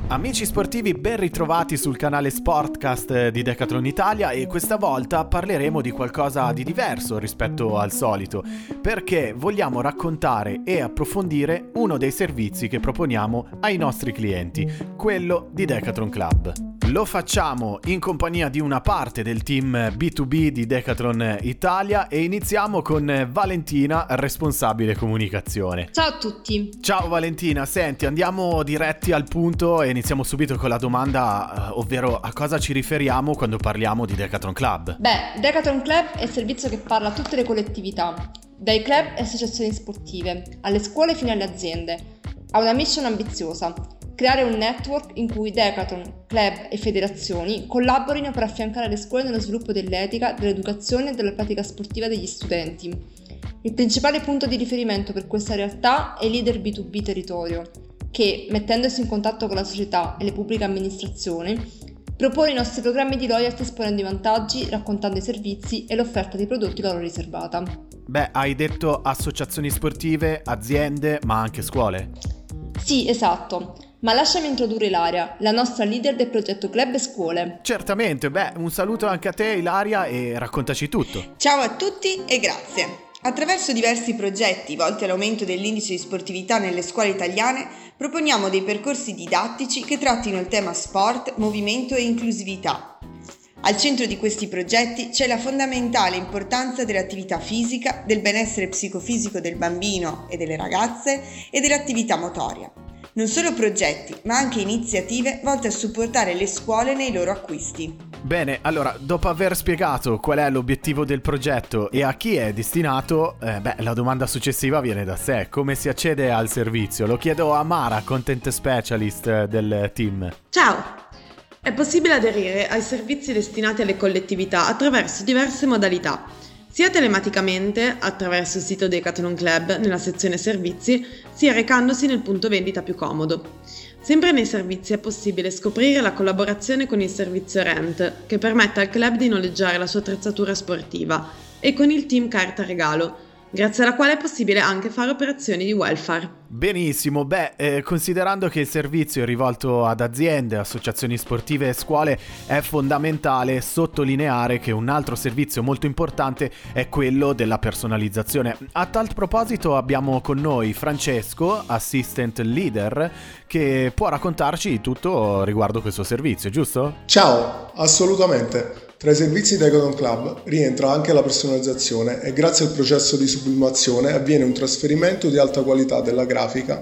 Amici sportivi, ben ritrovati sul canale Sportcast di Decathlon Italia, e questa volta parleremo di qualcosa di diverso rispetto al solito, perché vogliamo raccontare e approfondire uno dei servizi che proponiamo ai nostri clienti, quello di Decathlon Club. Lo facciamo in compagnia di una parte del team B2B di Decathlon Italia e iniziamo con Valentina, responsabile comunicazione. Ciao a tutti. Ciao Valentina, senti, andiamo diretti al punto e iniziamo subito con la domanda, ovvero a cosa ci riferiamo quando parliamo di Decathlon Club? Decathlon Club è il servizio che parla a tutte le collettività, dai club e associazioni sportive, alle scuole fino alle aziende. Ha una mission ambiziosa: creare un network in cui Decathlon, club e federazioni collaborino per affiancare le scuole nello sviluppo dell'etica, dell'educazione e della pratica sportiva degli studenti. Il principale punto di riferimento per questa realtà è il leader B2B territorio, che, mettendosi in contatto con la società e le pubbliche amministrazioni, propone i nostri programmi di loyalty esponendo i vantaggi, raccontando i servizi e l'offerta di prodotti loro riservata. Hai detto associazioni sportive, aziende, ma anche scuole? Sì, esatto. Ma lasciami introdurre Ilaria, la nostra leader del progetto Club e Scuole. Certamente, un saluto anche a te Ilaria e raccontaci tutto. Ciao a tutti e grazie. Attraverso diversi progetti volti all'aumento dell'indice di sportività nelle scuole italiane, proponiamo dei percorsi didattici che trattino il tema sport, movimento e inclusività. Al centro di questi progetti c'è la fondamentale importanza dell'attività fisica, del benessere psicofisico del bambino e delle ragazze e dell'attività motoria. Non solo progetti, ma anche iniziative volte a supportare le scuole nei loro acquisti. Bene, allora, dopo aver spiegato qual è l'obiettivo del progetto e a chi è destinato, la domanda successiva viene da sé: come si accede al servizio? Lo chiedo a Mara, content specialist del team. Ciao! È possibile aderire ai servizi destinati alle collettività attraverso diverse modalità, sia telematicamente attraverso il sito Decathlon Club nella sezione servizi, sia recandosi nel punto vendita più comodo. Sempre nei servizi è possibile scoprire la collaborazione con il servizio Rent, che permette al club di noleggiare la sua attrezzatura sportiva, e con il team Carta Regalo, grazie alla quale è possibile anche fare operazioni di welfare. Benissimo, considerando che il servizio è rivolto ad aziende, associazioni sportive e scuole, è fondamentale sottolineare che un altro servizio molto importante è quello della personalizzazione. A tal proposito abbiamo con noi Francesco, assistant leader, che può raccontarci tutto riguardo questo servizio, giusto? Ciao, assolutamente. Tra i servizi Decathlon Club rientra anche la personalizzazione e grazie al processo di sublimazione avviene un trasferimento di alta qualità della grafica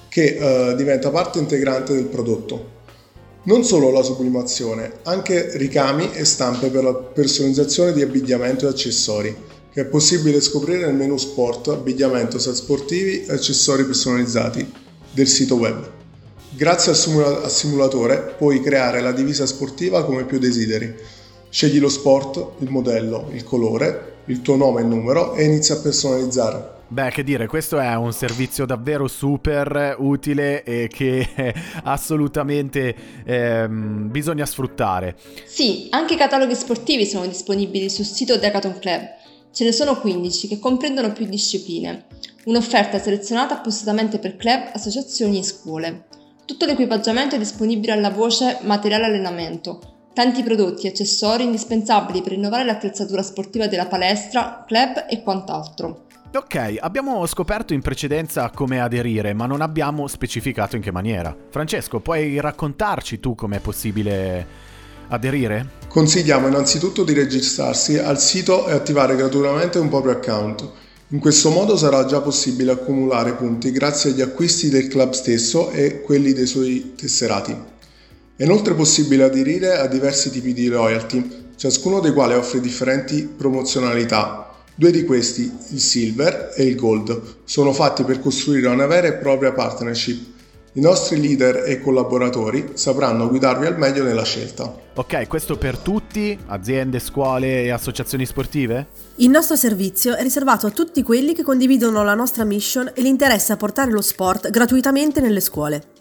che diventa parte integrante del prodotto. Non solo la sublimazione, anche ricami e stampe per la personalizzazione di abbigliamento e accessori, che è possibile scoprire nel menu Sport, abbigliamento, set sportivi e accessori personalizzati del sito web. Grazie al simulatore puoi creare la divisa sportiva come più desideri. Scegli lo sport, il modello, il colore, il tuo nome e il numero e inizia a personalizzare. Che dire, questo è un servizio davvero super utile e che assolutamente bisogna sfruttare. Sì, anche i cataloghi sportivi sono disponibili sul sito Decathlon Club. Ce ne sono 15 che comprendono più discipline. Un'offerta selezionata appositamente per club, associazioni e scuole. Tutto l'equipaggiamento è disponibile alla voce materiale allenamento. Tanti prodotti e accessori indispensabili per rinnovare l'attrezzatura sportiva della palestra, club e quant'altro. Ok, abbiamo scoperto in precedenza come aderire, ma non abbiamo specificato in che maniera. Francesco, puoi raccontarci tu com'è possibile aderire? Consigliamo innanzitutto di registrarsi al sito e attivare gratuitamente un proprio account. In questo modo sarà già possibile accumulare punti grazie agli acquisti del club stesso e quelli dei suoi tesserati. È inoltre possibile aderire a diversi tipi di loyalty, ciascuno dei quali offre differenti promozionalità. Due di questi, il Silver e il Gold, sono fatti per costruire una vera e propria partnership. I nostri leader e collaboratori sapranno guidarvi al meglio nella scelta. Ok, questo per tutti, aziende, scuole e associazioni sportive? Il nostro servizio è riservato a tutti quelli che condividono la nostra mission e li interessa portare lo sport gratuitamente nelle scuole.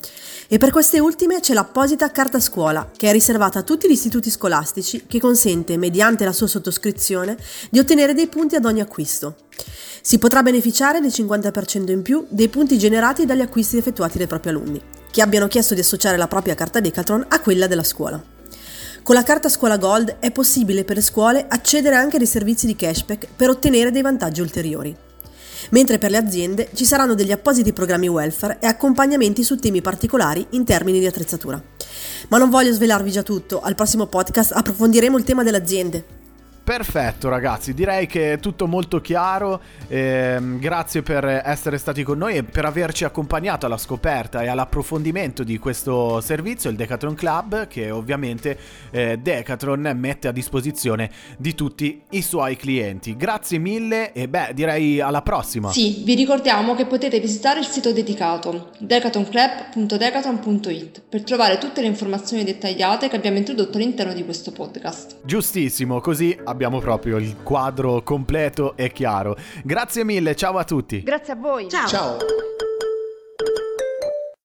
E per queste ultime c'è l'apposita carta scuola, che è riservata a tutti gli istituti scolastici, che consente, mediante la sua sottoscrizione, di ottenere dei punti ad ogni acquisto. Si potrà beneficiare del 50% in più dei punti generati dagli acquisti effettuati dai propri alunni, che abbiano chiesto di associare la propria carta Decathlon a quella della scuola. Con la carta Scuola Gold è possibile per le scuole accedere anche a dei servizi di cashback per ottenere dei vantaggi ulteriori. Mentre per le aziende ci saranno degli appositi programmi welfare e accompagnamenti su temi particolari in termini di attrezzatura. Ma non voglio svelarvi già tutto, al prossimo podcast approfondiremo il tema delle aziende. Perfetto ragazzi, direi che è tutto molto chiaro, grazie per essere stati con noi e per averci accompagnato alla scoperta e all'approfondimento di questo servizio, il Decathlon Club, che ovviamente Decathlon mette a disposizione di tutti i suoi clienti. Grazie mille e direi alla prossima. Sì, vi ricordiamo che potete visitare il sito dedicato decathlon.decathlon.it per trovare tutte le informazioni dettagliate che abbiamo introdotto all'interno di questo podcast. Giustissimo, così abbiamo proprio il quadro completo e chiaro. Grazie mille, ciao a tutti. Grazie a voi. Ciao! Ciao!